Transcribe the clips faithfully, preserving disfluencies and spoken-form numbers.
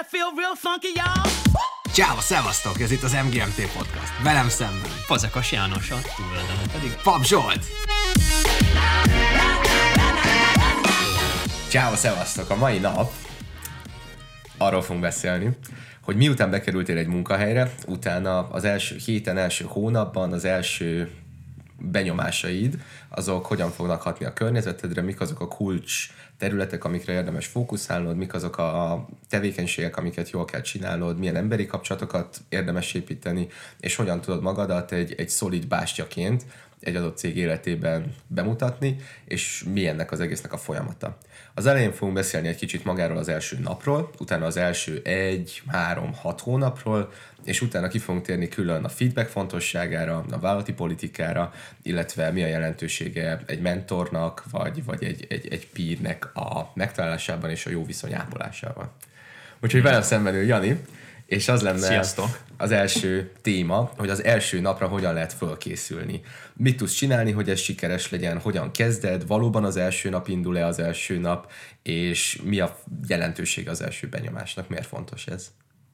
feel real funky, y'all? Ciao, szevasztok! Ez itt az em gé em té Podcast. Velem szemben Fazekas János, a túloldalon pedig Pap Zsolt! Ciao, szevasztok! A mai nap arról fogunk beszélni, hogy miután bekerültél egy munkahelyre, utána az első héten, első hónapban az első benyomásaid, azok hogyan fognak hatni a környezetedre, mik azok a kulcs területek, amikre érdemes fókuszálnod, mik azok a tevékenységek, amiket jól kell csinálnod, milyen emberi kapcsolatokat érdemes építeni, és hogyan tudod magadat egy, egy szolid bástyaként egy adott cég életében bemutatni, és mi ennek az egésznek a folyamata. Az elején fogunk beszélni egy kicsit magáról az első napról, utána az első egy, három, hat hónapról, és utána ki fogunk térni külön a feedback fontosságára, a vállalati politikára, illetve mi a jelentősége egy mentornak, vagy, vagy egy, egy, egy peernek a megtalálásában és a jó viszony ápolásában. Úgyhogy velem szemben ül Jani, és az lenne Sziasztok. Az első téma, hogy az első napra hogyan lehet fölkészülni. Mit tudsz csinálni, hogy ez sikeres legyen, hogyan kezded, valóban az első nap indul-e az első nap, és mi a jelentősége az első benyomásnak, miért fontos ez?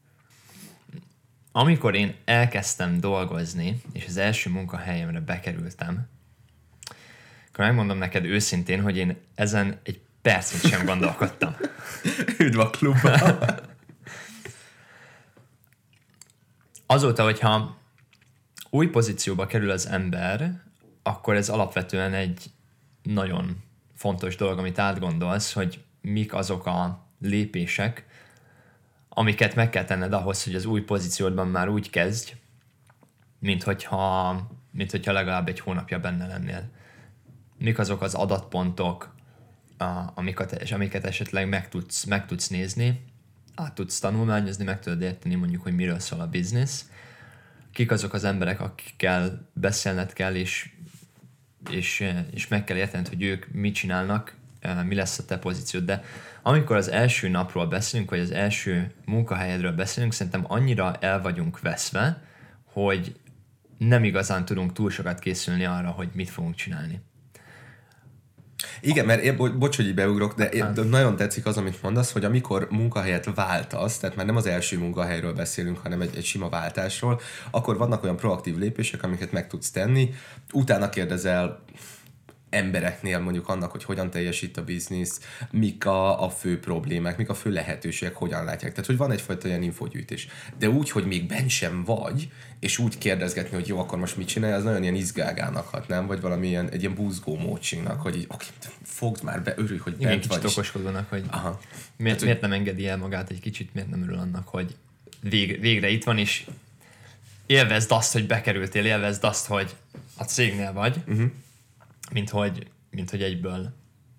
Amikor én elkezdtem dolgozni, és az első munkahelyemre bekerültem, akkor megmondom neked őszintén, hogy én ezen egy percet sem gondolkodtam. Üdv a klubba! Azóta, hogyha új pozícióba kerül az ember, akkor ez alapvetően egy nagyon fontos dolog, amit átgondolsz, hogy mik azok a lépések, amiket meg kell tenned ahhoz, hogy az új pozíciódban már úgy kezdj, mint hogyha, mint hogyha legalább egy hónapja benne lennél. Mik azok az adatpontok, amiket, és amiket esetleg meg tudsz, meg tudsz nézni, át tudsz tanulmányozni, meg tudod érteni mondjuk, hogy miről szól a biznisz, kik azok az emberek, akikkel beszélned kell, és, és, és meg kell értened, hogy ők mit csinálnak, mi lesz a te pozíciód. De amikor az első napról beszélünk, vagy az első munkahelyedről beszélünk, szerintem annyira el vagyunk veszve, hogy nem igazán tudunk túl sokat készülni arra, hogy mit fogunk csinálni. Igen, mert én, bo- bocs, hogy így beugrok, de én, nagyon tetszik az, amit mondasz, hogy amikor munkahelyet váltasz, tehát már nem az első munkahelyről beszélünk, hanem egy, egy sima váltásról, akkor vannak olyan proaktív lépések, amiket meg tudsz tenni, utána kérdezel embereknél mondjuk annak, hogy hogyan teljesít a biznisz, mik a, a fő problémák, mik a fő lehetőségek, hogyan látják. Tehát, hogy van egyfajta ilyen infogyűjtés. De úgy, hogy még benn sem vagy, és úgy kérdezgetni, hogy jó, akkor most mit csinálj, az nagyon ilyen izgágának hat, nem? Vagy valami ilyen, egy ilyen buzgó mócsingnak, hogy így, oké, fogd már be, örülj, hogy igen, bent kicsit vagy. okoskodónak, hogy Aha. miért, Hát, miért nem engedi el magát egy kicsit, miért nem örül annak, hogy vég, végre itt van, és élvezd azt, hogy bekerültél, élvezd azt, hogy a cégnél vagy, uh-huh. mint hogy mint hogy egyből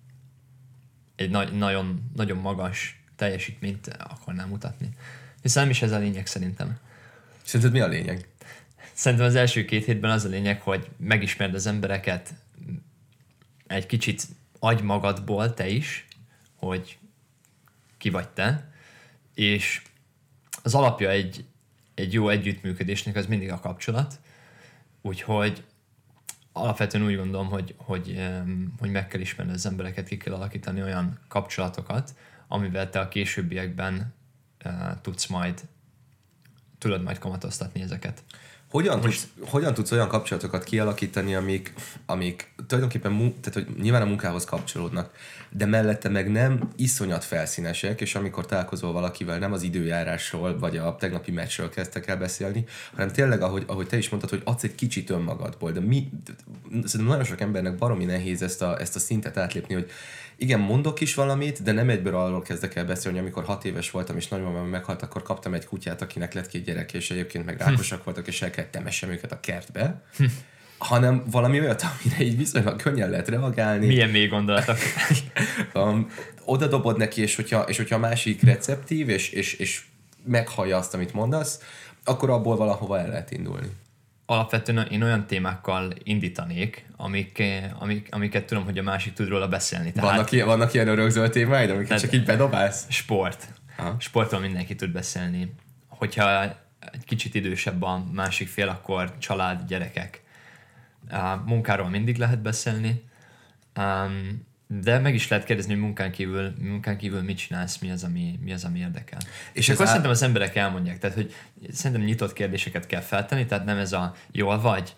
egy na- nagyon, nagyon magas teljesítményt akarnám mutatni. Hiszen nem is ez a lényeg szerintem. Szerinted mi a lényeg? Szerintem az első két hétben az a lényeg, hogy megismerd az embereket, egy kicsit adj magadból te is, hogy ki vagy te, és az alapja egy, egy jó együttműködésnek az mindig a kapcsolat, úgyhogy alapvetően úgy gondolom, hogy, hogy, hogy meg kell ismerni az embereket, ki kell alakítani olyan kapcsolatokat, amivel te a későbbiekben uh, tudsz majd, tudod majd kamatoztatni ezeket. Hogyan, tudsz, hogyan tudsz olyan kapcsolatokat kialakítani, amik, amik tulajdonképpen tehát, hogy nyilván a munkához kapcsolódnak, de mellette meg nem iszonyat felszínesek, és amikor találkozol valakivel, nem az időjárásról, vagy a tegnapi meccsről kezdtek el beszélni, hanem tényleg, ahogy, ahogy te is mondtad, hogy adsz egy kicsit önmagadból, de mi, szerintem nagyon sok embernek baromi nehéz ezt a, ezt a szintet átlépni, hogy igen, mondok is valamit, de nem egyből arról kezdek el beszélni, amikor hat éves voltam, és nagymamám meghalt, akkor kaptam egy kutyát, akinek lett két gyerek, és egyébként meg rákosak voltak, és el kellett temessem őket a kertbe, hanem valami olyat, amire így viszonylag könnyen lehet reagálni. Milyen mély gondolatok. um, oda dobod neki, és hogyha, és hogyha a másik receptív, és, és, és meghallja azt, amit mondasz, akkor abból valahova el lehet indulni. Alapvetően én olyan témákkal indítanék, amik, amik, amiket tudom, hogy a másik tud róla beszélni. Tehát vannak, ilyen, vannak ilyen örökzöld témáid, amiket tehát csak így bedobálsz? Sport. Aha. Sportról mindenki tud beszélni. Hogyha egy kicsit idősebb a másik fél, akkor család, gyerekek. A munkáról mindig lehet beszélni. Um, De meg is lehet kérdezni, hogy munkán kívül, munkán kívül mit csinálsz, mi az, ami, mi az, ami érdekel. És, és akkor á... szerintem az emberek elmondják. Tehát, hogy szerintem nyitott kérdéseket kell feltenni, tehát nem ez a jól vagy.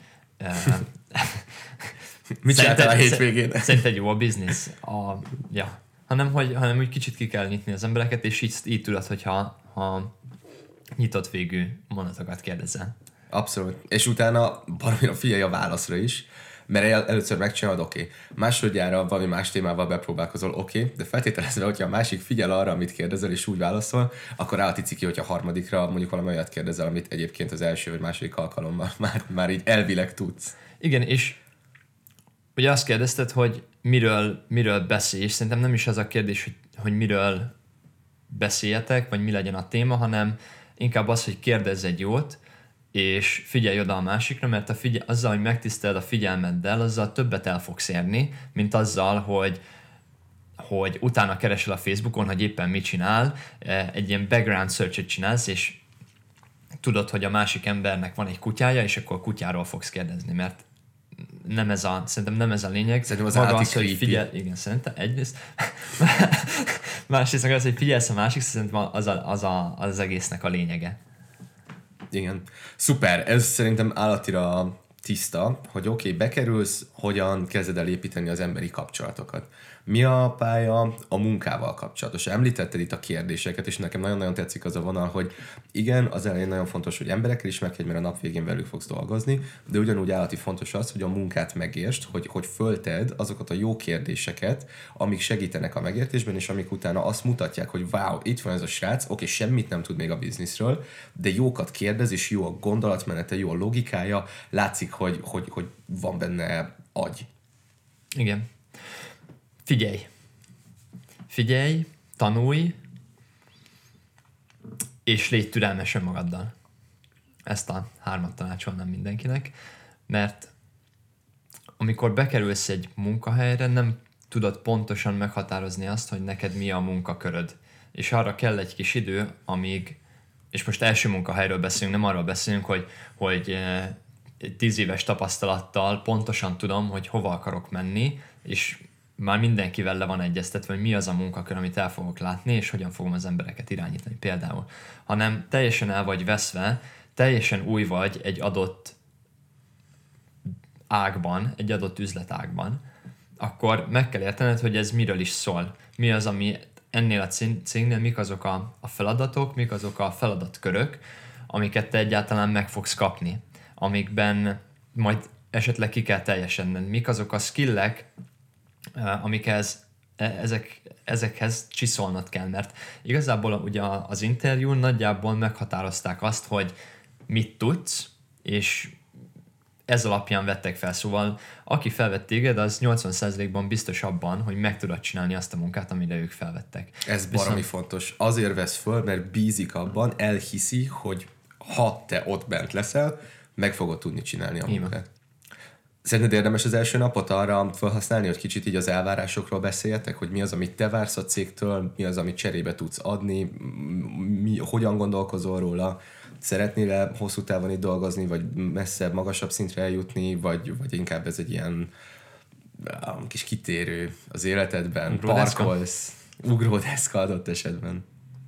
Mit csináltál a hétvégén? Szerinted jó a biznisz? A, ja. Hanem, hogy, hanem úgy kicsit ki kell nyitni az embereket, és így, így tudod, hogyha ha nyitott végű mondatokat kérdezel. Abszolút. És utána baromira figyelj a válaszra is, mert el, először megcsinálod, oké. Okay. Másodjára valami más témával bepróbálkozol, oké, okay. De feltételezve, hogyha a másik figyel arra, amit kérdezel, és úgy válaszol, akkor állati ciki, hogyha a harmadikra mondjuk valami olyat kérdezel, amit egyébként az első vagy második alkalommal már, már így elvileg tudsz. Igen, és ugye azt kérdezted, hogy miről, miről beszélj, és szerintem nem is az a kérdés, hogy, hogy miről beszéljetek, vagy mi legyen a téma, hanem inkább az, hogy kérdezz egy jót, és figyelj oda a másikra, mert a figyel- azzal, hogy megtiszteled a figyelmeddel, azzal többet el fogsz érni, mint azzal, hogy, hogy utána keresel a Facebookon, hogy éppen mit csinál, egy ilyen background search-et csinálsz, és tudod, hogy a másik embernek van egy kutyája, és akkor a kutyáról fogsz kérdezni, mert nem ez a, szerintem nem ez a lényeg. Szerintem az maga az, hogy figyel, igen, szerintem egyrészt. Másrészt az, hogy figyelsz a másik, szerintem az, a, az, a, az, az egésznek a lényege. Igen. Szuper, ez szerintem állatira tiszta, hogy oké, okay, bekerülsz, hogyan kezded el építeni az emberi kapcsolatokat. Mi a pálya a munkával kapcsolatos? Említetted itt a kérdéseket, és nekem nagyon-nagyon tetszik az a vonal, hogy igen, az elején nagyon fontos, hogy emberekkel ismerkedj, mert a nap végén velük fogsz dolgozni, de ugyanúgy állati fontos az, hogy a munkát megértsd, hogy, hogy fölted azokat a jó kérdéseket, amik segítenek a megértésben, és amik utána azt mutatják, hogy wow, itt van ez a srác, oké, okay, semmit nem tud még a bizniszről, de jókat kérdez, és jó a gondolatmenete, jó a logikája, látszik, hogy, hogy, hogy van benne agy. Igen. Figyelj. Figyelj, tanulj, és légy türelmes önmagaddal. Ezt a hármat tanácsolnám mindenkinek, mert amikor bekerülsz egy munkahelyre, nem tudod pontosan meghatározni azt, hogy neked mi a munkaköröd. És arra kell egy kis idő, amíg, és most első munkahelyről beszélünk, nem arról beszélünk, hogy, hogy tíz éves tapasztalattal pontosan tudom, hogy hova akarok menni, és már mindenkivel le van egyeztetve, hogy mi az a munkakör, amit el fogok látni, és hogyan fogom az embereket irányítani például. Hanem teljesen el vagy veszve, teljesen új vagy egy adott ágban, egy adott üzletágban, akkor meg kell értened, hogy ez miről is szól. Mi az, ami ennél a cégnél, mik azok a, a feladatok, mik azok a feladatkörök, amiket te egyáltalán meg fogsz kapni, amikben majd esetleg ki kell teljesedned. Mik azok a skillek, amikhez ezek, ezekhez csiszolnod kell, mert igazából ugye az interjún nagyjából meghatározták azt, hogy mit tudsz, és ez alapján vettek fel, szóval aki felvett téged, az nyolcvan százalékban biztos abban, hogy meg tudod csinálni azt a munkát, amire ők felvettek. Ez baromi Viszont... fontos. Azért vesz föl, mert bízik abban, elhiszi, hogy ha te ott bent leszel, meg fogod tudni csinálni a munkát. Szerinted érdemes az első napot arra felhasználni, hogy kicsit így az elvárásokról beszéljetek, hogy mi az, amit te vársz a cégtől, mi az, amit cserébe tudsz adni, mi, hogyan gondolkozol róla, szeretnél hosszú távon itt dolgozni, vagy messzebb, magasabb szintre eljutni, vagy, vagy inkább ez egy ilyen um, kis kitérő az életedben, ugródeszka. Parkolsz, ugródeszka adott esetben.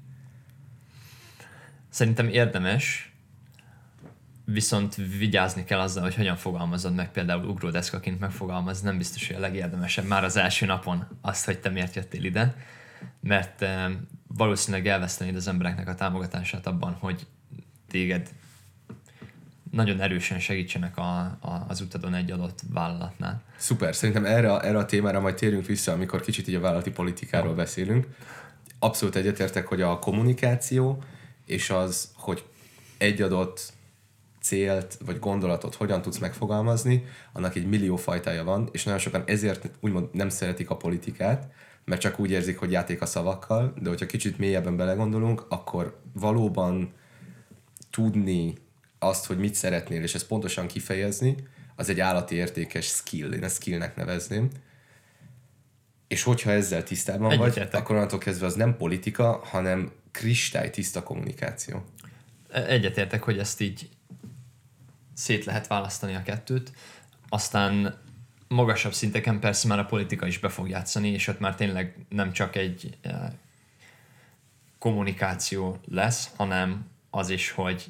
Szerintem érdemes, viszont vigyázni kell azzal, hogy hogyan fogalmazod meg, például ugródeszkaként megfogalmazni, nem biztos, hogy a legérdemesebb már az első napon azt, hogy te miért jöttél ide, mert e, valószínűleg elvesztenéd az embereknek a támogatását abban, hogy téged nagyon erősen segítsenek a, a, az utadon egy adott vállalatnál. Szuper, szerintem erre, erre a témára majd térünk vissza, amikor kicsit így a vállalati politikáról beszélünk. Abszolút egyetértek, hogy a kommunikáció és az, hogy egy adott célt vagy gondolatot hogyan tudsz megfogalmazni, annak egy millió fajtája van, és nagyon sokan ezért úgymond nem szeretik a politikát, mert csak úgy érzik, hogy játék a szavakkal, de hogyha kicsit mélyebben belegondolunk, akkor valóban tudni azt, hogy mit szeretnél, és ezt pontosan kifejezni, az egy állati értékes skill, én ezt skillnek nevezném. És hogyha ezzel tisztában vagy, akkor onnantól kezdve az nem politika, hanem kristálytiszta kommunikáció. Egyetértek, hogy ezt így szét lehet választani a kettőt. Aztán magasabb szinteken persze már a politika is be fog játszani, és ott már tényleg nem csak egy eh, kommunikáció lesz, hanem az is, hogy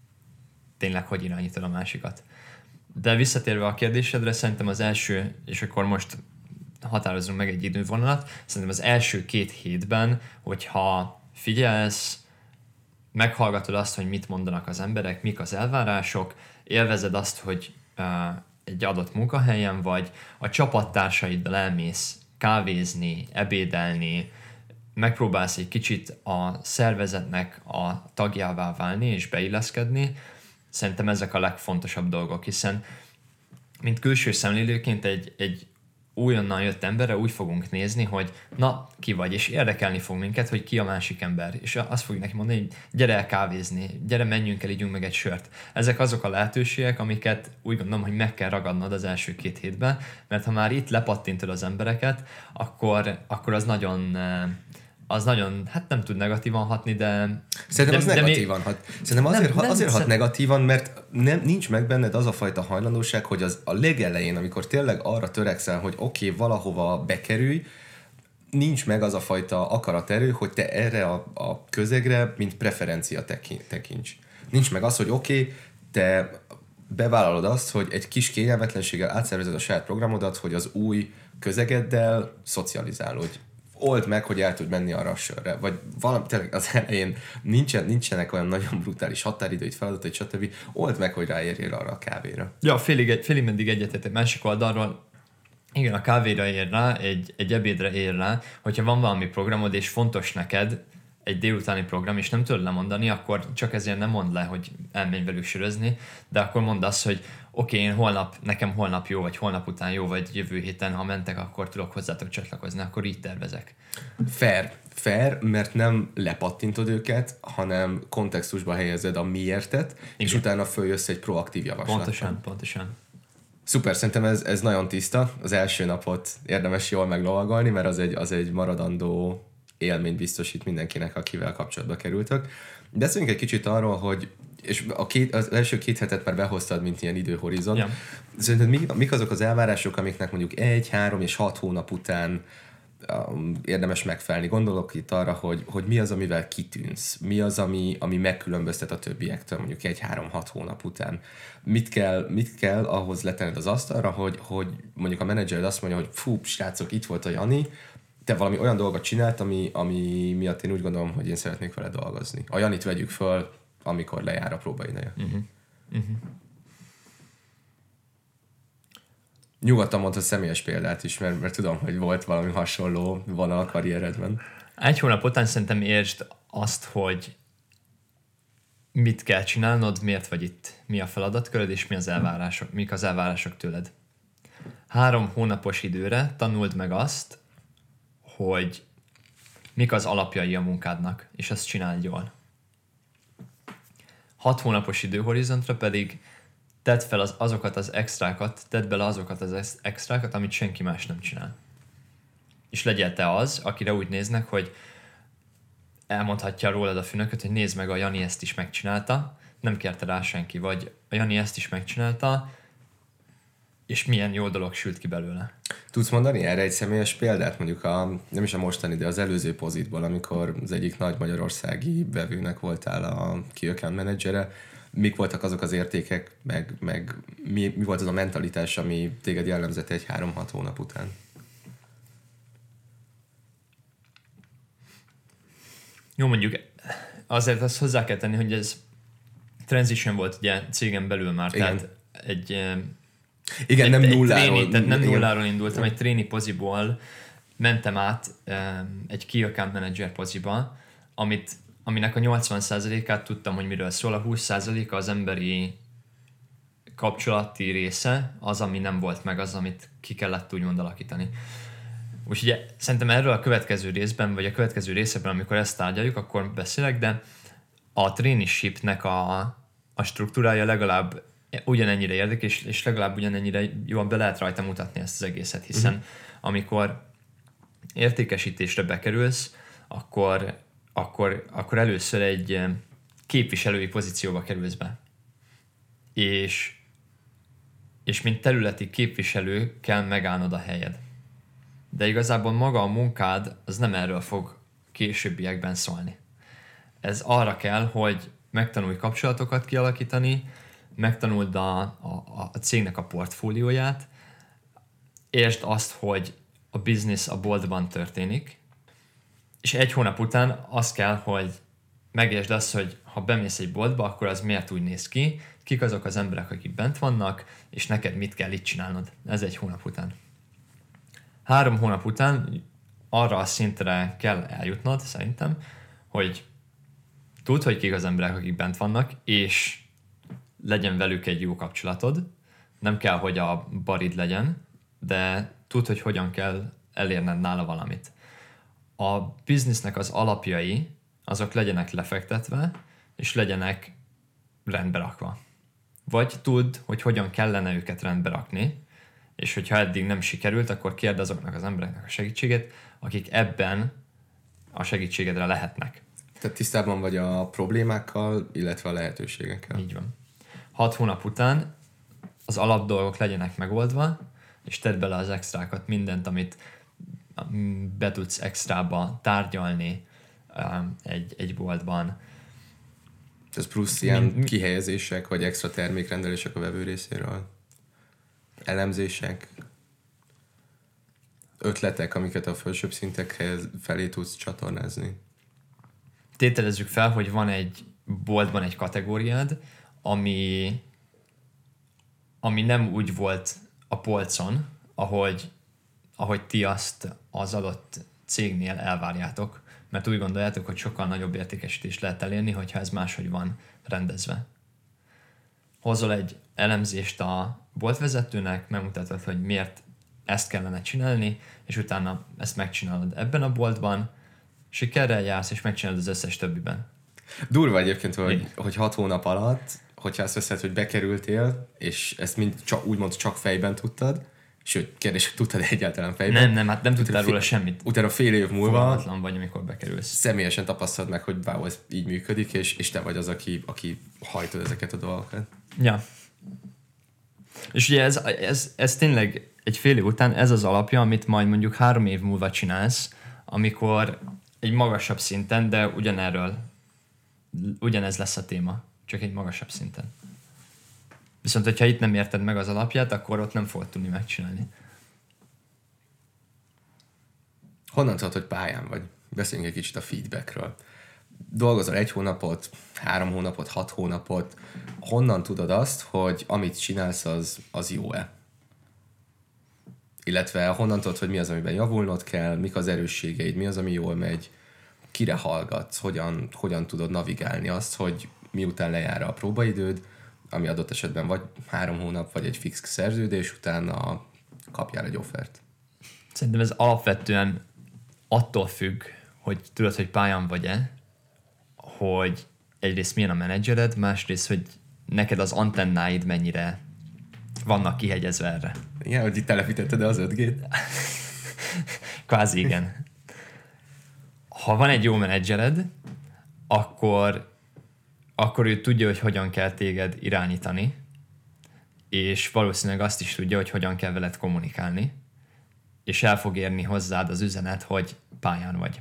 tényleg hogy irányítod a másikat. De visszatérve a kérdésedre, szerintem az első, és akkor most határozunk meg egy idővonalat, szerintem az első két hétben, hogyha figyelsz, meghallgatod azt, hogy mit mondanak az emberek, mik az elvárások, élvezed azt, hogy uh, egy adott munkahelyen vagy, a csapattársaidmal elmész kávézni, ebédelni, megpróbálsz egy kicsit a szervezetnek a tagjává válni és beilleszkedni, szerintem ezek a legfontosabb dolgok, hiszen mint külső szemlélőként egy, egy újonnan jött emberre úgy fogunk nézni, hogy na, ki vagy, és érdekelni fog minket, hogy ki a másik ember. És azt fogjuk neki mondani, hogy gyere el kávézni, gyere, menjünk el, ígyunk meg egy sört. Ezek azok a lehetőségek, amiket úgy gondolom, hogy meg kell ragadnod az első két hétben, mert ha már itt lepattintod az embereket, akkor, akkor az nagyon... az nagyon, hát nem tud negatívan hatni, de... Szerintem de, az de negatívan még... hat. Szerintem azért, nem, nem, azért hat szerint... negatívan, mert nem, nincs meg benned az a fajta hajlandóság, hogy az a legelején, amikor tényleg arra törekszel, hogy oké, okay, valahova bekerülj, nincs meg az a fajta akaraterő, hogy te erre a, a közegre, mint preferencia tekints. Nincs meg az, hogy oké, okay, te bevállalod azt, hogy egy kis kényelmetlenséggel átszervezed a saját programodat, hogy az új közegeddel szocializálódj. Old meg, hogy el tud menni arra a sörre, vagy valami, tényleg az elején nincsen, nincsenek olyan nagyon brutális határidőit, feladatait, stb. Old meg, hogy ráérjél arra a kávéra. Ja, félig, félig meddig egyetetek másik oldalról, igen, a kávéra ér rá, egy, egy ebédre ér rá, hogyha van valami programod, és fontos neked egy délutáni program, és nem tudod lemondani, akkor csak ezért nem mondd le, hogy elmenj velük sörözni, de akkor mondd azt, hogy oké, okay, én holnap, nekem holnap jó, vagy holnap után jó, vagy jövő héten, ha mentek, akkor tudok hozzátok csatlakozni, akkor így tervezek. Fair. Fair, mert nem lepattintod őket, hanem kontextusba helyezed a miértet, igen. És utána följössz egy proaktív javaslattal. Pontosan, pontosan. Szuper, szerintem ez, ez nagyon tiszta. Az első napot érdemes jól meglovagolni, mert az egy, az egy maradandó élményt biztosít mindenkinek, akivel kapcsolatba kerültök. Beszéljünk egy kicsit arról, hogy és a két, az első két hetet már behoztad, mint ilyen időhorizont. Ja. Szerinted mik, mik azok az elvárások, amiknek mondjuk egy, három és hat hónap után um, érdemes megfelelni? Gondolok itt arra, hogy, hogy mi az, amivel kitűnsz? Mi az, ami, ami megkülönböztet a többiektől mondjuk egy, három, hat hónap után? Mit kell, mit kell ahhoz letenned az asztalra, hogy, hogy mondjuk a menedzsered azt mondja, hogy fú, srácok, itt volt a Jani, te valami olyan dolgot csinált, ami, ami miatt én úgy gondolom, hogy én szeretnék vele dolgozni. A Janit vegyük föl, amikor lejár a próbaideje. Uh-huh. Uh-huh. Nyugodtan mondta személyes példát is, mert, mert tudom, hogy volt valami hasonló vonal a karrieredben. Egy hónap után szerintem értsd azt, hogy mit kell csinálnod, miért vagy itt, mi a feladatköröd, és mi az elvárások, mik az elvárások tőled. Három hónapos időre tanuld meg azt, hogy mik az alapjai a munkádnak, és azt csináld jól. Hat hónapos időhorizontra pedig tedd fel az, azokat az extrákat, tedd bele azokat az extrákat, amit senki más nem csinál. És legyél te az, akire úgy néznek, hogy elmondhatja rólad a főnököt, hogy nézd meg, a Jani ezt is megcsinálta, nem kérte rá senki, vagy a Jani ezt is megcsinálta, és milyen jó dolog sült ki belőle. Tudsz mondani erre egy személyes példát, mondjuk a, nem is a mostani, de az előző pozitból, amikor az egyik nagy magyarországi vevőnek voltál a key account menedzsere, mik voltak azok az értékek, meg, meg mi, mi volt az a mentalitás, ami téged jellemzett egy három-hat hónap után? Jó, mondjuk azért azt hozzá kell tenni, hogy ez transition volt ugye cégen belül már, igen. Tehát egy igen, egy, nem nulláról. Tréni, tehát nem nulláról indultam, egy tréni poziból mentem át um, egy key account manager poziba, amit, aminek a nyolcvan százalékát tudtam, hogy miről szól, a húsz százaléka az emberi kapcsolati része, az, ami nem volt meg, az, amit ki kellett úgymond alakítani. Úgyhogy szerintem erről a következő részben, vagy a következő részben, amikor ezt tárgyaljuk, akkor beszélek, de a traineeshipnek a, a struktúrája legalább ugyanennyire érdekes, és legalább ugyanennyire jól be lehet rajta mutatni ezt az egészet, hiszen uh-huh. amikor értékesítésre bekerülsz, akkor, akkor, akkor először egy képviselői pozícióba kerülsz be. És és mint területi képviselő kell megállnod a helyed. De igazából maga a munkád az nem erről fog későbbiekben szólni. Ez arra kell, hogy megtanulj kapcsolatokat kialakítani, megtanuld a, a, a cégnek a portfólióját, értsd azt, hogy a biznisz a boltban történik, és egy hónap után az kell, hogy megértsd azt, hogy ha bemész egy boltba, akkor az miért úgy néz ki, kik azok az emberek, akik bent vannak, és neked mit kell itt csinálnod. Ez egy hónap után. Három hónap után arra a szintre kell eljutnod, szerintem, hogy tudd, hogy kik az emberek, akik bent vannak, és legyen velük egy jó kapcsolatod. Nem kell, hogy a barid legyen, de tudd, hogy hogyan kell elérned nála valamit. A biznisznek az alapjai, azok legyenek lefektetve, és legyenek rendbe rakva. Vagy tudd, hogy hogyan kellene őket rendbe rakni, és hogyha eddig nem sikerült, akkor kérd azoknak az embereknek a segítségét, akik ebben a segítségedre lehetnek. Tehát tisztában vagy a problémákkal, illetve a lehetőségekkel. Így van. Hat hónap után az alapdolgok legyenek megoldva, és tedd bele az extrákat, mindent, amit be tudsz extrába tárgyalni egy, egy boltban. Ez plusz ilyen mi, mi? kihelyezések, vagy extra termékrendelések a vevő részéről? Elemzések? Ötletek, amiket a felsőbb szintekhez felé tudsz csatornázni? Tételezzük fel, hogy van egy boltban egy kategóriád, ami, ami nem úgy volt a polcon, ahogy, ahogy ti azt az adott cégnél elvárjátok, mert úgy gondoljátok, hogy sokkal nagyobb értékesítést lehet elérni, hogyha ez máshogy van rendezve. Hozol egy elemzést a boltvezetőnek, megmutatod, hogy miért ezt kellene csinálni, és utána ezt megcsinálod ebben a boltban, sikerrel jársz, és megcsinálod az összes többiben. Durva egyébként, hogy, hogy hat hónap alatt, hogyha azt veszed, hogy bekerültél, és ezt mind csak, úgymond csak fejben tudtad, sőt, kérdés, hogy tudtad egyáltalán fejben? Nem, nem, hát nem tudtál róla semmit. Utána fél év múlva fogalmatlan vagy, amikor bekerülsz. Személyesen tapasztalod meg, hogy wow, ez így működik, és, és te vagy az, aki, aki hajtod ezeket a dolgokat. Ja. És ugye ez, ez, ez tényleg egy fél év után ez az alapja, amit majd mondjuk három év múlva csinálsz, amikor egy magasabb szinten, de ugyanerről, ugyanez lesz a téma, csak egy magasabb szinten. Viszont, hogyha itt nem érted meg az alapját, akkor ott nem fogod tudni megcsinálni. Honnan tudod, hogy pályán vagy? Beszéljünk egy kicsit a feedbackről. Dolgozol egy hónapot, három hónapot, hat hónapot. Honnan tudod azt, hogy amit csinálsz, az, az jó-e? Illetve honnan tudod, hogy mi az, amiben javulnod kell, mik az erősségeid, mi az, ami jól megy, kire hallgatsz, hogyan, hogyan tudod navigálni azt, hogy miután lejár a próbaidőd, ami adott esetben vagy három hónap, vagy egy fix szerződés, utána kapjál egy offert. Szerintem ez alapvetően attól függ, hogy tudod, hogy pályán vagy-e, hogy egyrészt milyen a menedzsered, másrészt, hogy neked az antennáid mennyire vannak kihegyezve erre. Igen, hogy itt telepítetted az öt gét? Kvázi igen. Ha van egy jó menedzsered, akkor, akkor ő tudja, hogy hogyan kell téged irányítani, és valószínűleg azt is tudja, hogy hogyan kell veled kommunikálni, és el fog érni hozzád az üzenet, hogy pályán vagy.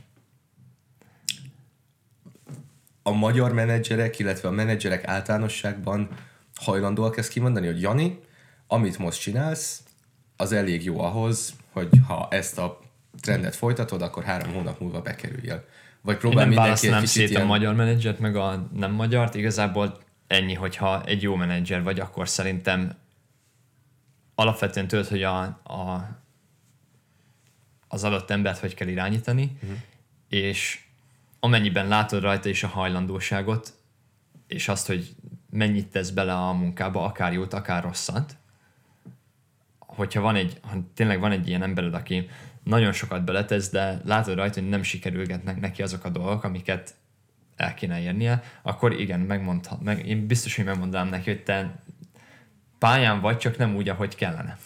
A magyar menedzserek, illetve a menedzserek általánosságban hajlandóak ezt kimondani, hogy Jani, amit most csinálsz, az elég jó ahhoz, hogy ha ezt a trendet folytatod, akkor három hónap múlva bekerüljél. Vagy próbál mindenki egy kicsit szét ilyen... a magyar menedzsert, meg a nem magyart. Igazából ennyi, hogyha egy jó menedzser vagy, akkor szerintem alapvetően tudod, hogy a, a, az adott embert hogy kell irányítani, uh-huh. és amennyiben látod rajta is a hajlandóságot, és azt, hogy mennyit tesz bele a munkába, akár jót, akár rosszat, hogyha van egy, ha tényleg van egy ilyen embered, aki nagyon sokat beletesz, de látod rajta, hogy nem sikerülgetnek neki azok a dolgok, amiket el kéne érnie, akkor igen, megmondhat, meg, én biztos, hogy megmondanám neki, hogy te pályán vagy, csak nem úgy, ahogy kellene.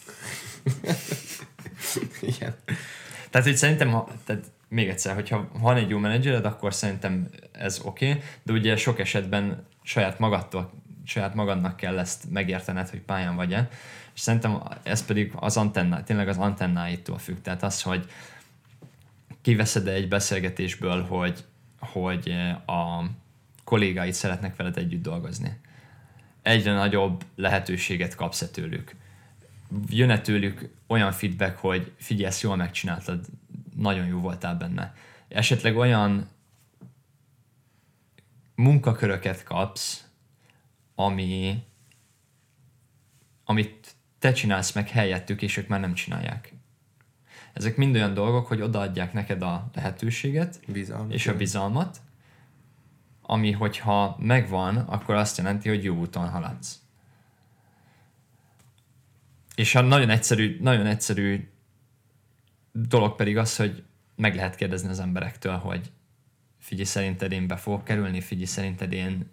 Igen. Tehát, hogy szerintem, ha, tehát még egyszer, hogyha van egy jó menedzsered, akkor szerintem ez oké, okay, de ugye sok esetben saját magadtól saját magadnak kell ezt megértened, hogy pályán vagy-e, és szerintem ez pedig az antenná, tényleg az antennáitól függ, tehát az, hogy kiveszed egy beszélgetésből, hogy, hogy a kollégáid szeretnek veled együtt dolgozni. Egyre nagyobb lehetőséget kapsz tőlük. Jön-e tőlük olyan feedback, hogy figyelj, ezt jól megcsináltad, nagyon jó voltál benne. Esetleg olyan munkaköröket kapsz, ami, amit te csinálsz meg helyettük, és ők már nem csinálják. Ezek mind olyan dolgok, hogy odaadják neked a lehetőséget, Bizalmat. és a bizalmat, ami, hogyha megvan, akkor azt jelenti, hogy jó úton haladsz. És a nagyon egyszerű, nagyon egyszerű dolog pedig az, hogy meg lehet kérdezni az emberektől, hogy figyelj, szerinted én be fogok kerülni, figyelj, szerinted én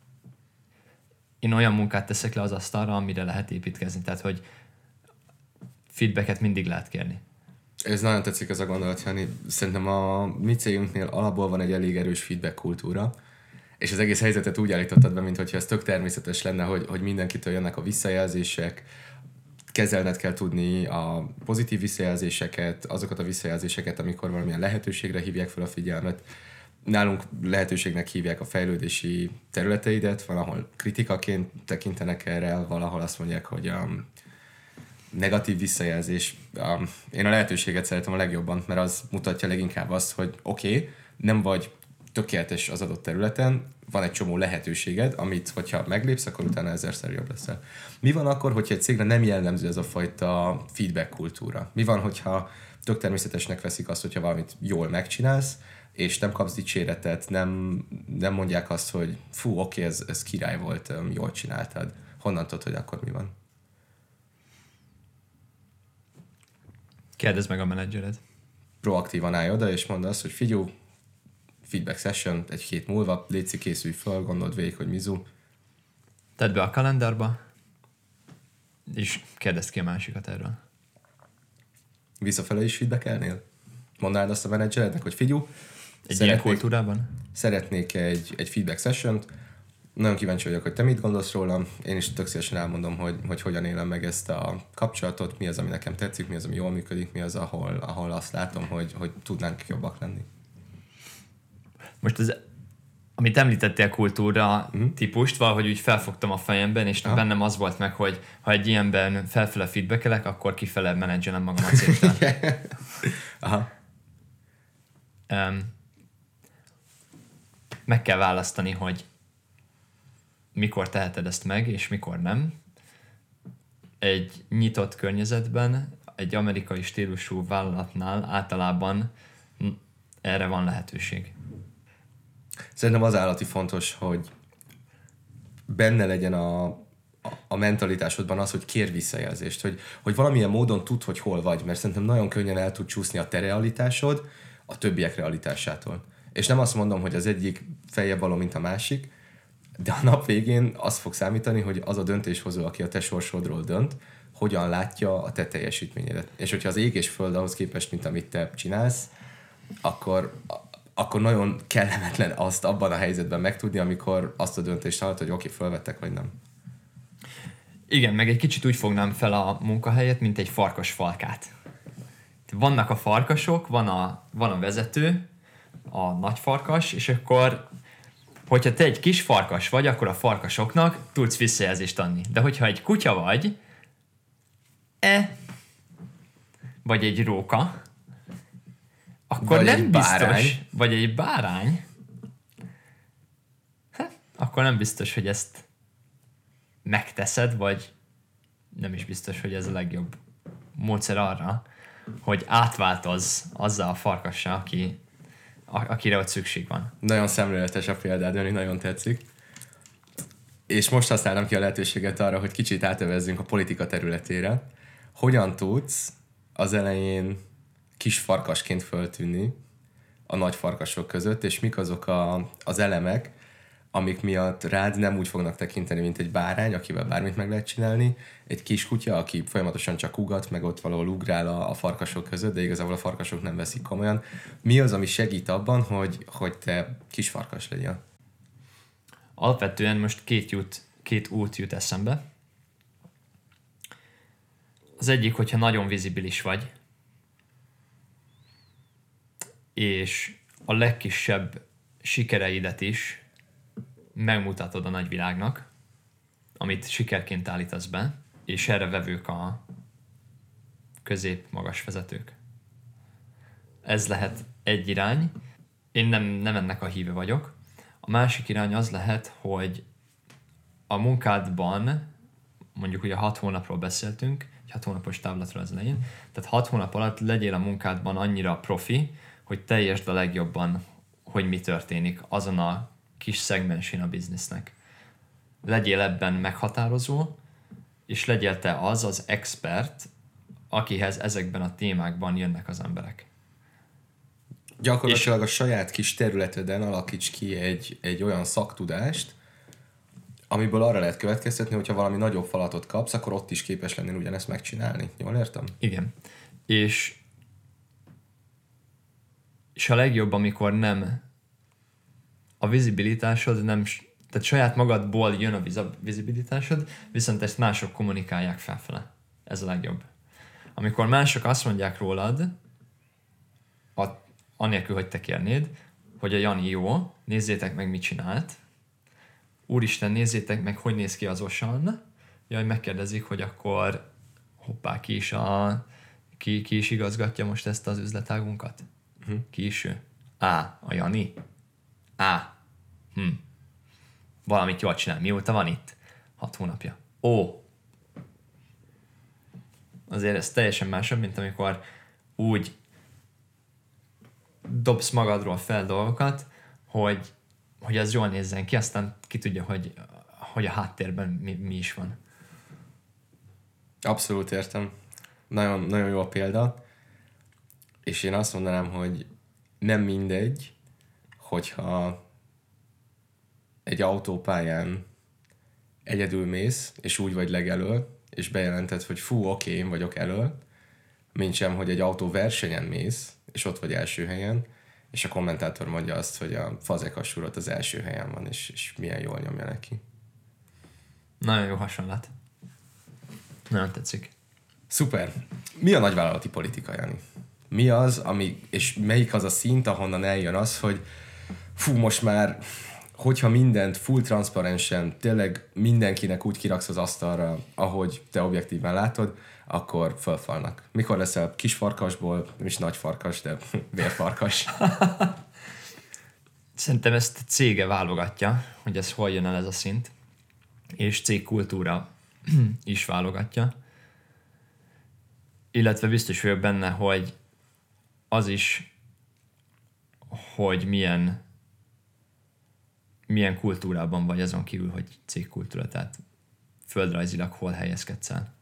én olyan munkát teszek le az asztalra, amire lehet építkezni. Tehát, hogy feedbacket mindig lehet kérni. Ez nagyon tetszik ez a gondolat, Jani. Szerintem a mi cégunknél alapból van egy elég erős feedback kultúra, és az egész helyzetet úgy állítottad be, mintha ez tök természetes lenne, hogy, hogy mindenkitől jönnek a visszajelzések, kezelned kell tudni a pozitív visszajelzéseket, azokat a visszajelzéseket, amikor valamilyen lehetőségre hívják fel a figyelmet. Nálunk lehetőségnek hívják a fejlődési területeidet, valahol kritikaként tekintenek erre, valahol azt mondják, hogy a negatív visszajelzés. Én a lehetőséget szeretem a legjobban, mert az mutatja leginkább azt, hogy oké, okay, nem vagy tökéletes az adott területen, van egy csomó lehetőséged, amit, hogyha meglépsz, akkor utána ezerszer jobb leszel. Mi van akkor, hogyha egy cégre nem jellemző ez a fajta feedback kultúra? Mi van, hogyha tök természetesnek veszik azt, hogyha valamit jól megcsinálsz, és nem kapsz dicséretet, nem, nem mondják azt, hogy fú, oké, ez, ez király volt, jól csináltad. Honnan tudod, hogy akkor mi van? Kérdezd meg a menedzsered. Proaktívan állj oda, és mondd azt, hogy figyelj, feedback session egy hét múlva, létszik, készülj fel, gondold végig, hogy mizu. Tedd be a kalendárba, és kérdezd ki a másikat erről. Visszafele is feedbackelnél? Mondanád azt a menedzserednek, hogy figyelj, egy ilyen kultúrában? Szeretnék egy, egy feedback sessiont, nagyon kíváncsi vagyok, hogy te mit gondolsz rólam, én is tök szívesen elmondom, hogy, hogy hogyan élem meg ezt a kapcsolatot, mi az, ami nekem tetszik, mi az, ami jól működik, mi az, ahol, ahol azt látom, hogy, hogy tudnánk jobbak lenni. Most az, amit említettél kultúra uh-huh. típust, valahogy úgy felfogtam a fejemben, és Aha. bennem az volt meg, hogy ha egy ilyenben felfele feedbackelek, akkor kifele menedzselem magam a cégtől. Aha. Um, meg kell választani, hogy mikor teheted ezt meg, és mikor nem. Egy nyitott környezetben, egy amerikai stílusú vállalatnál általában erre van lehetőség. Szerintem az állati fontos, hogy benne legyen a, a mentalitásodban az, hogy kér visszajelzést, hogy, hogy valamilyen módon tudd, hogy hol vagy, mert szerintem nagyon könnyen el tud csúszni a te realitásod a többiek realitásától. És nem azt mondom, hogy az egyik feljebb való, mint a másik, de a nap végén az fog számítani, hogy az a döntéshozó, aki a te sorsodról dönt, hogyan látja a te teljesítményedet. És hogyha az ég és föld ahhoz képest, mint amit te csinálsz, akkor, akkor nagyon kellemetlen azt abban a helyzetben megtudni, amikor azt a döntést hallod, hogy oké, okay, fölvettek, vagy nem. Igen, meg egy kicsit úgy fognám fel a munkahelyet, mint egy farkas falkát. Vannak a farkasok, van a, van a vezető, a nagy farkas, és akkor hogyha te egy kis farkas vagy, akkor a farkasoknak tudsz visszajelzést adni. De hogyha egy kutya vagy, e, vagy egy róka, akkor vagy nem egy biztos, bárány. vagy egy bárány, hát, akkor nem biztos, hogy ezt megteszed, vagy nem is biztos, hogy ez a legjobb módszer arra, hogy átváltozz azzal a farkassal, aki akire ott szükség van. Nagyon szemléletes a példád, Jani, nagyon tetszik. És most használom ki a lehetőséget arra, hogy kicsit átövezzünk a politika területére. Hogyan tudsz az elején kis farkasként föltűnni a nagy farkasok között, és mik azok a, az elemek, amik miatt rád nem úgy fognak tekinteni, mint egy bárány, akivel bármit meg lehet csinálni, egy kis kutya, aki folyamatosan csak ugat, meg ott valahol ugrál a, a farkasok között, de igazából a farkasok nem veszik komolyan. Mi az, ami segít abban, hogy, hogy te kis farkas legyél? Alapvetően most két, jut, két út jut eszembe. Az egyik, hogyha nagyon vizibilis vagy, és a legkisebb sikereidet is megmutatod a nagyvilágnak, amit sikerként állítasz be, és erre vevők a közép-magas vezetők. Ez lehet egy irány. Én nem, nem ennek a híve vagyok. A másik irány az lehet, hogy a munkádban, mondjuk ugye hat hónapról beszéltünk, egy hat hónapos távlatról az elején, tehát hat hónap alatt legyél a munkádban annyira profi, hogy teljesd a legjobban, hogy mi történik azon a kis szegmensén a biznisznek. Legyél ebben meghatározó, és legyél te az az expert, akihez ezekben a témákban jönnek az emberek. Gyakorlatilag és a saját kis területeden alakíts ki egy, egy olyan szaktudást, amiből arra lehet következtetni, hogyha valami nagyobb falatot kapsz, akkor ott is képes lennél ugyanezt megcsinálni. Jól értem? Igen. És, és a legjobb, amikor nem a vizibilitásod nem, tehát saját magadból jön a vizibilitásod, viszont ezt mások kommunikálják felfele. Ez a legjobb. Amikor mások azt mondják rólad, a, anélkül, hogy te kérnéd, hogy a Jani jó, nézzétek meg, mit csinált, úristen, nézzétek meg, hogy néz ki az Osan, jaj, megkérdezik, hogy akkor hoppá, ki is, a, ki, ki is igazgatja most ezt az üzletágunkat? Uh-huh. Ki is ő? Á, a Jani? Á, hm. Valamit jól csinál. Mióta van itt? Hat hónapja. Ó. Azért ez teljesen másabb, mint amikor úgy dobsz magadról fel dolgokat, hogy, hogy az jól nézzen ki, aztán ki tudja, hogy, hogy a háttérben mi, mi is van. Abszolút értem. Nagyon, nagyon jó a példa. És én azt mondanám, hogy nem mindegy, hogyha egy autópályán egyedül mész, és úgy vagy legelől, és bejelented, hogy fú, oké, én vagyok elől, mint sem, hogy egy autóversenyen mész, és ott vagy első helyen, és a kommentátor mondja azt, hogy a Fazekas urat az első helyen van, és, és milyen jól nyomja neki. Nagyon jó hasonlat. Nagyon tetszik. Szuper. Mi a nagyvállalati politika, Jani? Mi az, ami, és melyik az a szint, ahonnan eljön az, hogy fú, most már, hogyha mindent full transzparensen, tényleg mindenkinek úgy kiraksz az asztalra, ahogy te objektíven látod, akkor fölfalnak. Mikor leszel kis farkasból, nem is nagy farkas, de vérfarkas? Szerintem ezt a cége válogatja, hogy ez hol jön el ez a szint, és cégkultúra is válogatja. Illetve biztos vagyok benne, hogy az is, hogy milyen milyen kultúrában vagy azon kívül, hogy cégkultúra, tehát földrajzilag hol helyezkedsz el.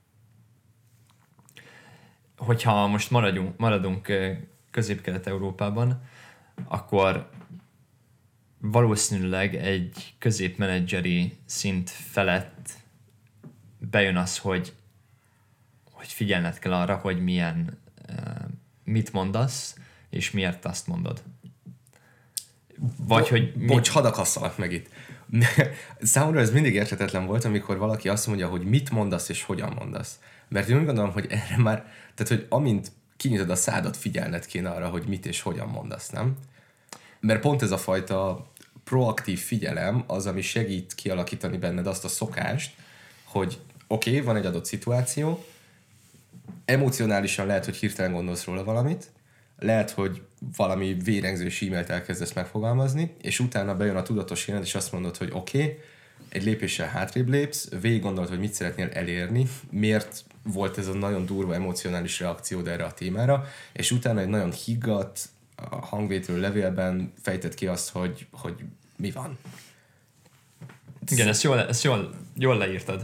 Hogyha most maradjunk, maradunk Közép-Kelet-Európában, akkor valószínűleg egy középmenedzseri szint felett bejön az, hogy, hogy figyelned kell arra, hogy milyen, mit mondasz, és miért azt mondod. Vagy, Bo- hogy... Bocs, hadd akasszalak meg itt. Számomra ez mindig érthetetlen volt, amikor valaki azt mondja, hogy mit mondasz és hogyan mondasz. Mert én úgy gondolom, hogy erre már, tehát hogy amint kinyitod a szádat, figyelned kéne arra, hogy mit és hogyan mondasz, nem? Mert pont ez a fajta proaktív figyelem az, ami segít kialakítani benned azt a szokást, hogy oké, okay, van egy adott szituáció, emocionálisan lehet, hogy hirtelen gondolsz róla valamit, lehet, hogy valami vérengzős e-mailt elkezdesz megfogalmazni, és utána bejön a tudatos élet, és azt mondod, hogy oké, okay, egy lépéssel hátrébb lépsz, végig gondolod, hogy mit szeretnél elérni, miért volt ez a nagyon durva emocionális reakciód erre a témára, és utána egy nagyon higgadt, a hangvételű levélben fejtett ki azt, hogy, hogy mi van. Igen, ezt jól, ezt jól, jól leírtad.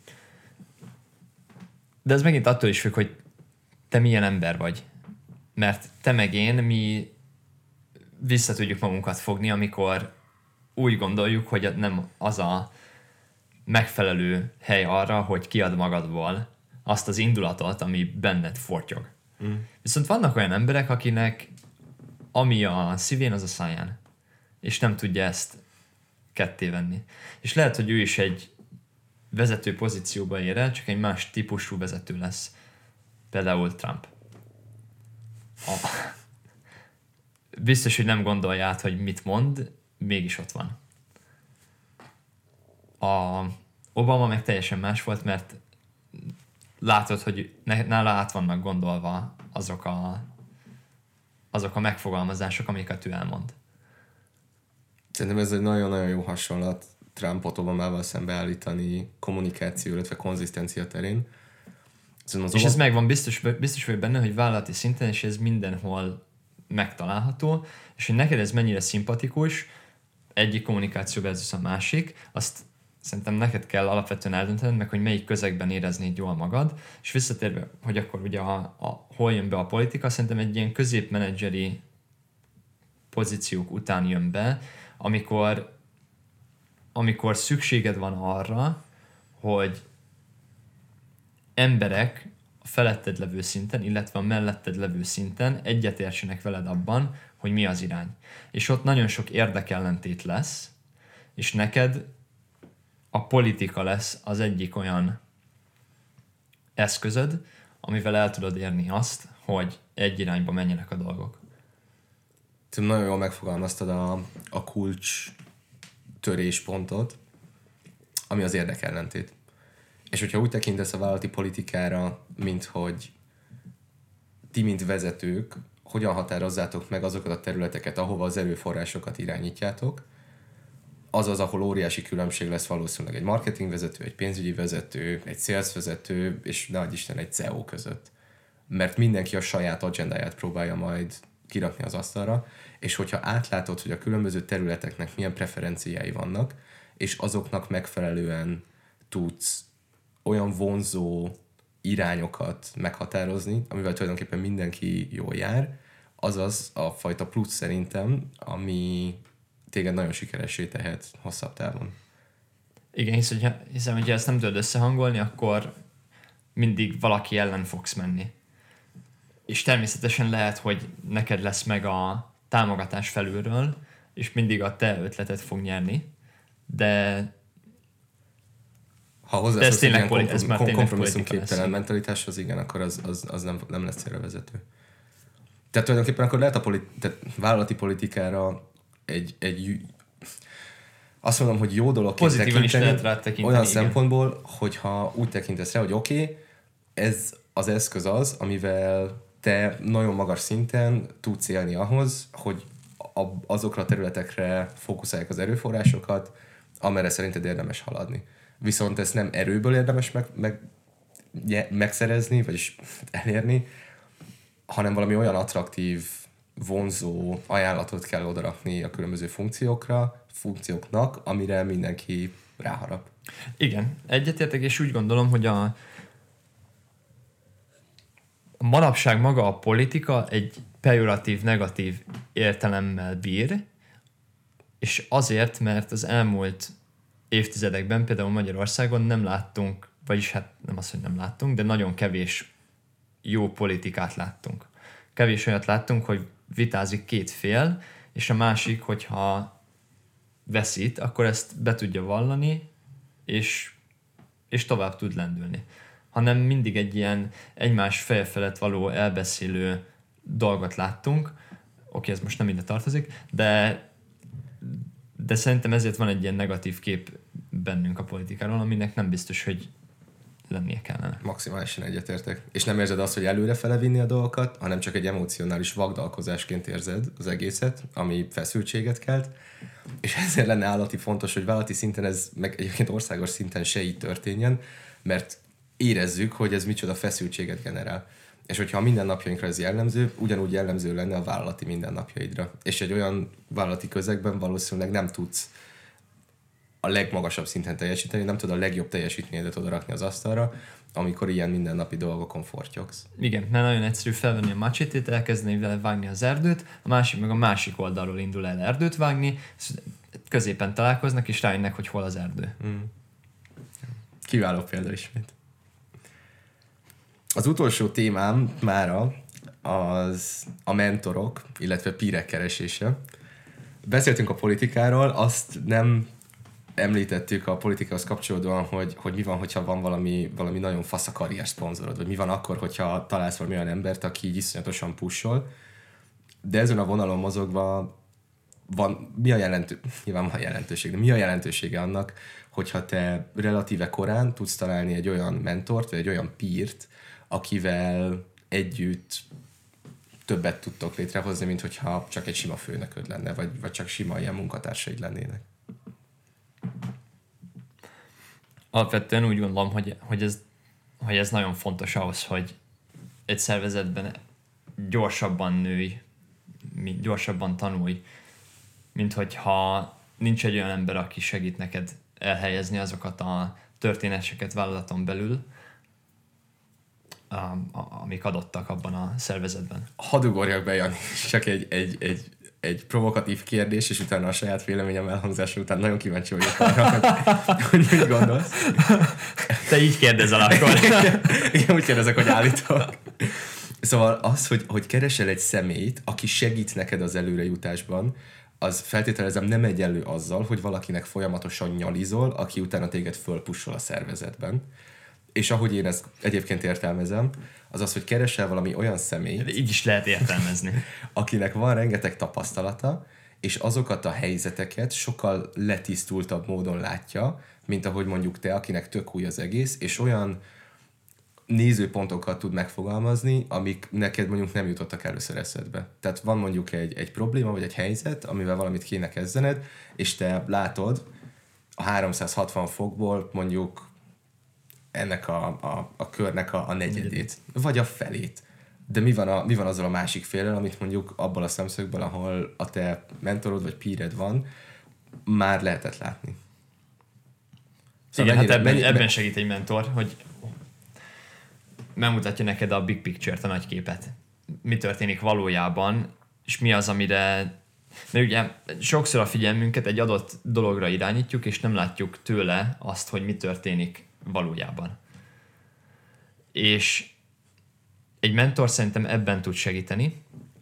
De ez megint attól is függ, hogy te milyen ember vagy. Mert te meg én, mi vissza tudjuk magunkat fogni, amikor úgy gondoljuk, hogy nem az a megfelelő hely arra, hogy kiad magadból azt az indulatot, ami benned fortyog. Mm. Viszont vannak olyan emberek, akinek ami a szívén, az a száján. És nem tudja ezt ketté venni. És lehet, hogy ő is egy vezető pozícióba ér el, csak egy más típusú vezető lesz. Például Trump. A... Biztos, hogy nem gondolja át, hogy mit mond, mégis ott van. A Obama meg teljesen más volt, mert látod, hogy nála át vannak gondolva azok a, azok a megfogalmazások, amiket ő elmond. Szerintem ez egy nagyon-nagyon jó hasonlat Trumpot Obamával szembeállítani kommunikáció, illetve konzisztencia terén. És Obama... ez megvan, biztos, biztos vagy benne, hogy vállalati szinten, és ez mindenhol megtalálható, és hogy neked ez mennyire szimpatikus, egyik kommunikáció versus a másik, azt szerintem neked kell alapvetően eldöntened meg, hogy melyik közegben éreznéd jól magad, és visszatérve, hogy akkor ugye a, a, hol jön be a politika, szerintem egy ilyen középmenedzseri pozíciók után jön be, amikor, amikor szükséged van arra, hogy emberek a feletted levő szinten, illetve a melletted levő szinten egyetértsenek veled abban, hogy mi az irány. És ott nagyon sok érdekellentét lesz, és neked a politika lesz az egyik olyan eszközöd, amivel el tudod érni azt, hogy egy irányba menjenek a dolgok. Nagyon jól megfogalmaztad a, a kulcs töréspontot, ami az érdekellentét. És hogyha úgy tekintesz a vállalati politikára, mint hogy ti, mint vezetők, hogyan határozzátok meg azokat a területeket, ahova az erőforrásokat irányítjátok, az az, ahol óriási különbség lesz valószínűleg egy marketingvezető, egy pénzügyi vezető, egy sales vezető, és ne adj Isten egy cé e o között. Mert mindenki a saját agendáját próbálja majd kirakni az asztalra, és hogyha átlátod, hogy a különböző területeknek milyen preferenciái vannak, és azoknak megfelelően tudsz olyan vonzó irányokat meghatározni, amivel tulajdonképpen mindenki jól jár, azaz a fajta plusz szerintem, ami téged nagyon sikeressé tehet hosszabb távon. Igen, hisz, hogyha, hiszem, hogyha ezt nem tudod összehangolni, akkor mindig valaki ellen fogsz menni. És természetesen lehet, hogy neked lesz meg a támogatás felülről, és mindig a te ötletet fog nyerni, de ha hozzá ez tényleg komprom- ez már tényleg kompromisszumképtelen mentalitáshoz, igen, akkor az, az, az nem, nem lesz célra vezető. Tehát tulajdonképpen akkor lehet a politi- tehát vállalati politikára egy, egy azt mondom, hogy jó dolog pozitívan is lehet rá tekinteni. Olyan igen. szempontból, hogyha úgy tekintesz rá, hogy oké, okay, ez az eszköz az, amivel te nagyon magas szinten tudsz élni ahhoz, hogy azokra a területekre fókuszálják az erőforrásokat, amerre szerinted érdemes haladni. Viszont ezt nem erőből érdemes meg, meg, megszerezni, vagyis elérni, hanem valami olyan attraktív, vonzó ajánlatot kell odarakni a különböző funkciókra, funkcióknak, amire mindenki ráharap. Igen, egyetértek, és úgy gondolom, hogy a, a manapság maga a politika egy pejoratív, negatív értelemmel bír, és azért, mert az elmúlt évtizedekben például Magyarországon nem láttunk, vagyis hát nem az, hogy nem láttunk, de nagyon kevés jó politikát láttunk. Kevés olyat láttunk, hogy vitázik két fél, és a másik, hogyha veszít, akkor ezt be tudja vallani, és, és tovább tud lendülni. Hanem mindig egy ilyen egymás feje felett való elbeszélő dolgot láttunk. Oké, ez most nem ide tartozik, de, de szerintem ezért van egy ilyen negatív kép bennünk a politikáról, aminek nem biztos, hogy lennie kellene. Maximálisan egyetértek. És nem érzed azt, hogy előrefele vinni a dolgokat, hanem csak egy emocionális vagdalkozásként érzed az egészet, ami feszültséget kelt. És ezért lenne állati fontos, hogy vállalati szinten ez, meg egyébként országos szinten se így történjen, mert érezzük, hogy ez micsoda feszültséget generál. És hogyha a mindennapjainkra ez jellemző, ugyanúgy jellemző lenne a vállalati mindennapjaidra. És egy olyan vállalati közegben valószínűleg nem tudsz a legmagasabb szinten teljesíteni, nem tudod a legjobb teljesítményedet odarakni az asztalra, amikor ilyen mindennapi dolgokon fortyogsz. Igen, mert nagyon egyszerű felvenni a macsétét, elkezdeni vele vágni az erdőt, a másik meg a másik oldalról indul el erdőt vágni, középen találkoznak, és rájönnek, hogy hol az erdő. Mm. Kiváló példa ismét. Az utolsó témám mára az a mentorok, illetve pírek keresése. Beszéltünk a politikáról, azt nem említettük a politikához kapcsolódóan, hogy, hogy mi van, hogyha van valami, valami nagyon fasz a karrier szponzorod, vagy mi van akkor, hogyha találsz valami olyan embert, aki így iszonyatosan pushol, de ezen a vonalon mozogva van, mi a jelentő, nyilván van jelentőség, de mi a jelentősége annak, hogyha te relatíve korán tudsz találni egy olyan mentort, vagy egy olyan peert, akivel együtt többet tudtok létrehozni, mint hogyha csak egy sima főnököd lenne, vagy, vagy csak sima ilyen munkatársaid lennének. Alapvetően úgy gondolom, hogy, hogy, ez, hogy ez nagyon fontos ahhoz, hogy egy szervezetben gyorsabban nőj, gyorsabban tanulj, mint hogyha nincs egy olyan ember, aki segít neked elhelyezni azokat a történeteket vállalaton belül, amik adottak abban a szervezetben. Hadd ugorjak be, Jani, csak egy, egy, egy, egy provokatív kérdés, és utána a saját véleményem elhangzása után nagyon kíváncsi vagyok arra, hogy, hogy mit gondolsz. Te így kérdezel akkor. Igen, úgy kérdezek, hogy állítok. Szóval az, hogy, hogy keresel egy személyt, aki segít neked az előrejutásban, az feltételezem nem egyenlő azzal, hogy valakinek folyamatosan nyalizol, aki utána téged fölpussol a szervezetben. És ahogy én ezt egyébként értelmezem, az az, hogy keresel valami olyan személyt, de így is lehet értelmezni, akinek van rengeteg tapasztalata, és azokat a helyzeteket sokkal letisztultabb módon látja, mint ahogy mondjuk te, akinek tök új az egész, és olyan nézőpontokat tud megfogalmazni, amik neked mondjuk nem jutottak először eszedbe. Tehát van mondjuk egy, egy probléma, vagy egy helyzet, amivel valamit kéne kezdened, és te látod a háromszázhatvan fokból mondjuk ennek a, a, a körnek a, a negyedét, vagy a felét. De mi van, a, mi van azzal a másik féllel, amit mondjuk abból a szemszögből, ahol a te mentorod vagy peered van, már lehetett látni. Szóval igen, mennyire, hát ebben, mennyire, ebben segít egy mentor, hogy megmutatja neked a big picture-t, a nagy képet. Mi történik valójában, és mi az, amire... Mert ugye sokszor a figyelmünket egy adott dologra irányítjuk, és nem látjuk tőle azt, hogy mi történik valójában. És egy mentor szerintem ebben tud segíteni.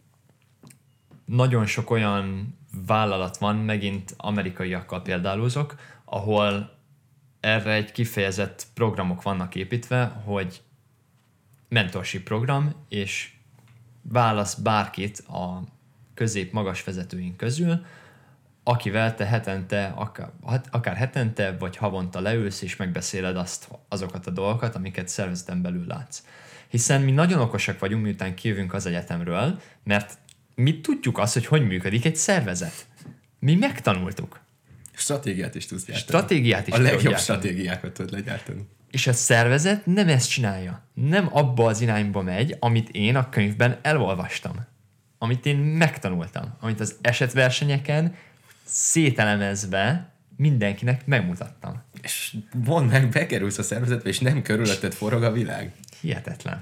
Nagyon sok olyan vállalat van, megint amerikaiakkal példálózok, ahol erre egy kifejezett programok vannak építve, hogy mentorship program, és válasz bárkit a közép-magas vezetőink közül, akivel te hetente, akár, akár hetente, vagy havonta leülsz, és megbeszéled azt, azokat a dolgokat, amiket szervezeten belül látsz. Hiszen mi nagyon okosak vagyunk, miután kijövünk az egyetemről, mert mi tudjuk azt, hogy hogy működik egy szervezet. Mi megtanultuk. Stratégiát is tudsz gyártani. Stratégiát is A legjobb gyártani. Stratégiákat tudod legyártani. És a szervezet nem ezt csinálja. Nem abba az irányba megy, amit én a könyvben elolvastam. Amit én megtanultam. Amit az esetversenyeken szételemezve mindenkinek megmutattam. És mondd meg, bekerülsz a szervezetbe, és nem körülötted forog a világ. Hihetetlen.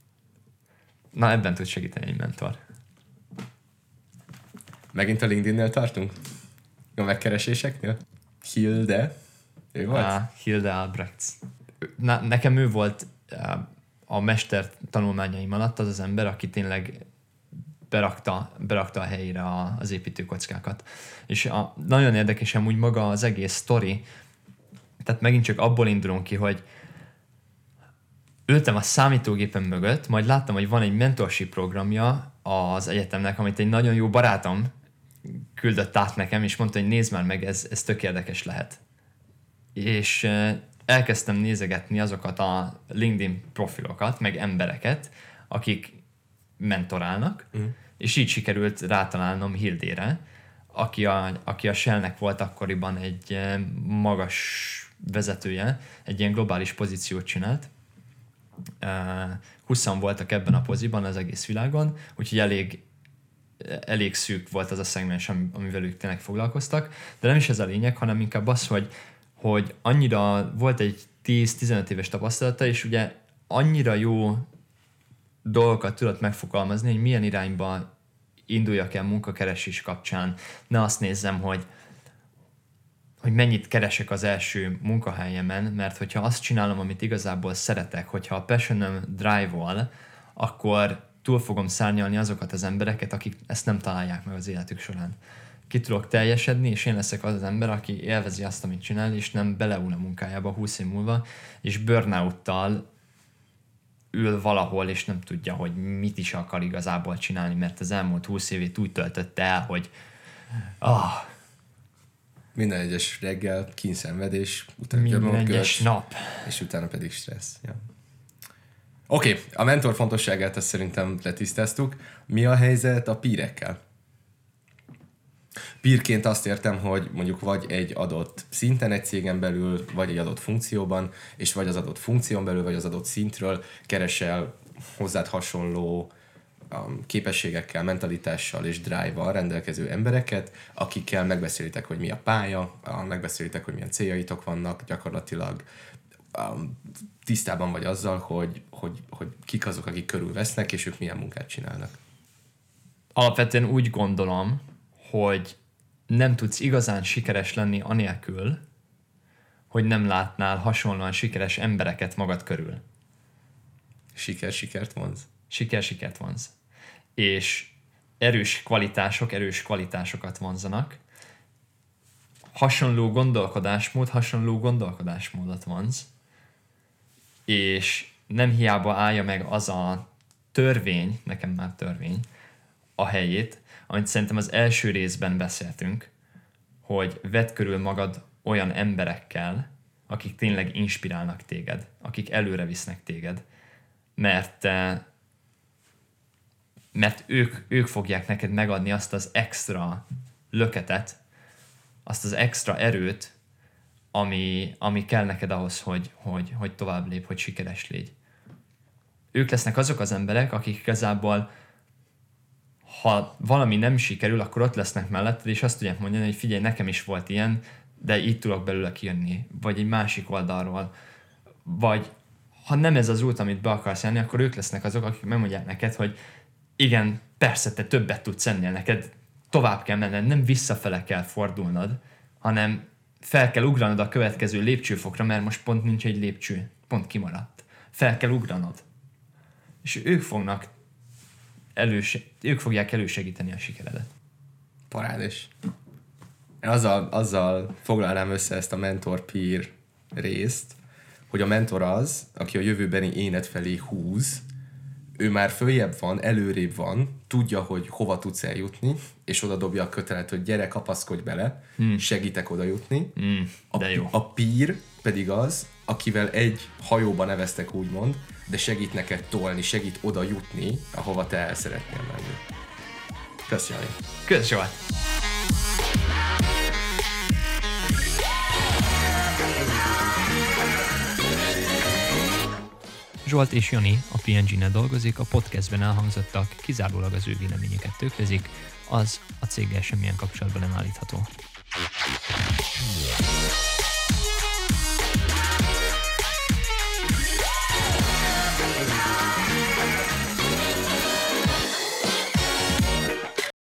Na, ebben tud segíteni egy mentor. Megint a LinkedIn-nél tartunk? A megkereséseknél? Hilde? Ő volt? Ah, Hilde Albrecht. Na, nekem ő volt a mester tanulmányaim alatt az az ember, aki tényleg berakta, berakta a helyére az építőkockákat. És a, nagyon érdekes amúgy maga az egész sztori, tehát megint csak abból indulunk ki, hogy ültem a számítógépen mögött, majd láttam, hogy van egy mentorship programja az egyetemnek, amit egy nagyon jó barátom küldött át nekem, és mondta, hogy nézd már meg, ez, ez tök érdekes lehet. És elkezdtem nézegetni azokat a LinkedIn profilokat, meg embereket, akik mentorálnak, mm. és így sikerült rátalálnom Hildére, aki a, aki a Shell-nek volt akkoriban egy magas vezetője, egy ilyen globális pozíciót csinált. húszan voltak ebben a poziban az egész világon, úgyhogy elég, elég szűk volt az a szegmens, amivel ők tényleg foglalkoztak, de nem is ez a lényeg, hanem inkább az, hogy, hogy annyira volt egy tíz-tizenöt éves tapasztalata, és ugye annyira jó dolgokat tudott megfogalmazni, hogy milyen irányba induljak el munkakeresés kapcsán. Ne azt nézzem, hogy, hogy mennyit keresek az első munkahelyemen, mert hogyha azt csinálom, amit igazából szeretek, hogyha a passionem drive-ol, akkor túl fogom szárnyalni azokat az embereket, akik ezt nem találják meg az életük során. ki tudok teljesedni, és én leszek az az ember, aki élvezi azt, amit csinál, és nem beleúl a munkájába húsz év múlva, és burnout-tal ül valahol, és nem tudja, hogy mit is akar igazából csinálni, mert az elmúlt húsz évét úgy töltötte el, hogy ah, minden egyes reggel kínszenvedés, utána minden egyes nap. És utána pedig stressz. Ja. Oké, okay, a mentor fontosságát azt szerintem letisztáztuk. Mi a helyzet a peerekkel? Peerként azt értem, hogy mondjuk vagy egy adott szinten egy cégen belül, vagy egy adott funkcióban, és vagy az adott funkción belül, vagy az adott szintről keresel hozzád hasonló um, képességekkel, mentalitással és drive-val rendelkező embereket, akikkel megbeszélitek, hogy mi a pálya, megbeszélitek, hogy milyen céljaitok vannak, gyakorlatilag um, tisztában vagy azzal, hogy, hogy, hogy kik azok, akik körülvesznek, és ők milyen munkát csinálnak. Alapvetően úgy gondolom, hogy nem tudsz igazán sikeres lenni anélkül, hogy nem látnál hasonlóan sikeres embereket magad körül. Siker, sikert vonz. Siker, sikert vonz. És erős kvalitások, erős kvalitásokat vonzanak. Hasonló gondolkodásmód, hasonló gondolkodásmódot vonz. És nem hiába állja meg az a törvény, nekem már törvény, a helyét, amit szerintem az első részben beszéltünk, hogy vedd körül magad olyan emberekkel, akik tényleg inspirálnak téged, akik előre visznek téged, mert, mert ők, ők fogják neked megadni azt az extra löketet, azt az extra erőt, ami, ami kell neked ahhoz, hogy, hogy, hogy tovább lép, hogy sikeres légy. Ők lesznek azok az emberek, akik igazából ha valami nem sikerül, akkor ott lesznek melletted, és azt tudják mondani, hogy figyelj, nekem is volt ilyen, de így tudok belőle kijönni, vagy egy másik oldalról. Vagy ha nem ez az út, amit be akarsz járni, akkor ők lesznek azok, akik megmondják neked, hogy igen, persze, te többet tudsz ennél, neked tovább kell menned, nem visszafele kell fordulnod, hanem fel kell ugranod a következő lépcsőfokra, mert most pont nincs egy lépcső, pont kimaradt. Fel kell ugranod. És ők fognak Előse, ők fogják elősegíteni a sikeredet. Parádés. Én azzal, azzal foglalnám össze ezt a mentor-peer részt, hogy a mentor az, aki a jövőbeni éned felé húz, ő már följebb van, előrébb van, tudja, hogy hova tudsz eljutni, és oda dobja a kötelet, hogy gyere, kapaszkodj bele, hmm. segítek oda jutni. Hmm, de jó. A, a peer pedig az, akivel egy hajóba neveztek, úgymond, de segít neked tolni, segít oda jutni, ahova te el szeretnél menni. Kösz, Jani. Kösz, Zsolt. Zsolt és Jani a pé en gé-nél dolgozik, a podcastben elhangzottak kizárólag az ő véleményüket tükrözik, az a céggel semmilyen kapcsolatban nem állítható.